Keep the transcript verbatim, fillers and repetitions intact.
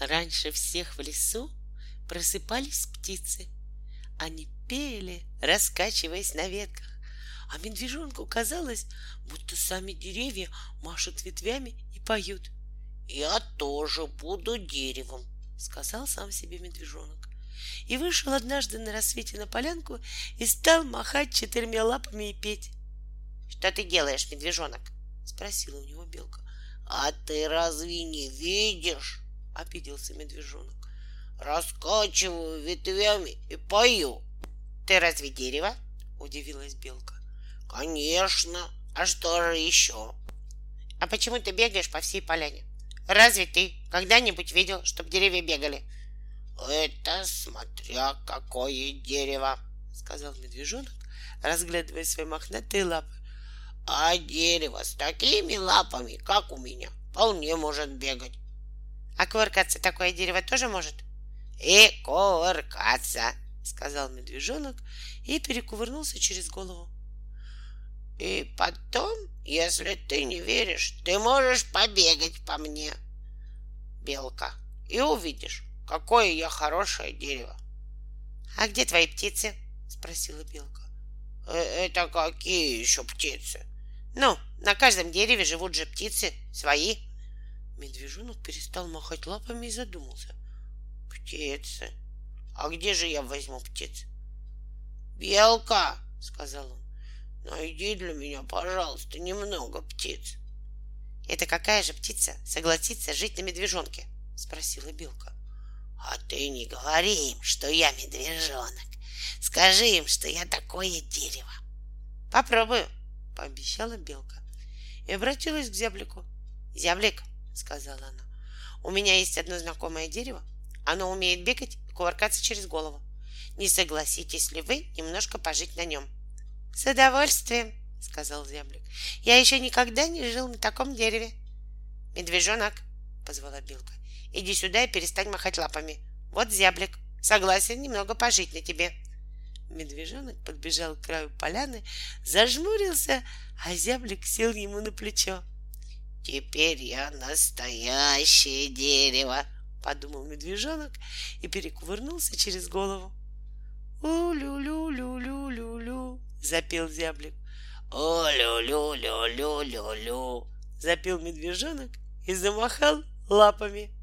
Раньше всех в лесу просыпались птицы. Они пели, раскачиваясь на ветках, а медвежонку казалось, будто сами деревья машут ветвями и поют. «Я тоже буду деревом», — сказал сам себе медвежонок. И вышел однажды на рассвете на полянку и стал махать четырьмя лапами и петь. «Что ты делаешь, медвежонок?» — спросила у него белка. «А ты разве не видишь?» — обиделся медвежонок. «Раскачиваю ветвями и пою». «Ты разве дерево?» — удивилась белка. «Конечно. А что же еще?» «А почему ты бегаешь по всей поляне? Разве ты когда-нибудь видел, чтоб деревья бегали?» «Это смотря какое дерево», — сказал медвежонок, разглядывая свои мохнатые лапы. «А дерево с такими лапами, как у меня, вполне может бегать». «А кувыркаться такое дерево тоже может?» «И кувыркаться», — сказал медвежонок и перекувырнулся через голову. «И потом, если ты не веришь, ты можешь побегать по мне, белка, и увидишь, какое я хорошее дерево». «А где твои птицы?» — спросила белка. «Э «Это какие еще птицы?» «Ну, на каждом дереве живут же птицы свои». Медвежонок перестал махать лапами и задумался. «Птицы? А где же я возьму птиц?» «Белка», — сказал он, — «найди для меня, пожалуйста, немного птиц». «Это какая же птица согласится жить на медвежонке?» — спросила белка. «А ты не говори им, что я медвежонок. Скажи им, что я такое дерево». «Попробую», — пообещала белка и обратилась к зяблику. «Зяблик», — сказала она, — «у меня есть одно знакомое дерево. Оно умеет бегать и кувыркаться через голову. Не согласитесь ли вы немножко пожить на нем?» «С удовольствием», — сказал зяблик. «Я еще никогда не жил на таком дереве». «Медвежонок», — позвала белка, — «иди сюда и перестань махать лапами. Вот зяблик, согласен немного пожить на тебе». Медвежонок подбежал к краю поляны, зажмурился, а зяблик сел ему на плечо. «Теперь я настоящее дерево», — подумал медвежонок и перекувырнулся через голову. «У-лю-лю-лю-лю-лю-лю», — запел зяблик. «О-лю-лю-лю-лю-лю-лю», — запел медвежонок и замахал лапами.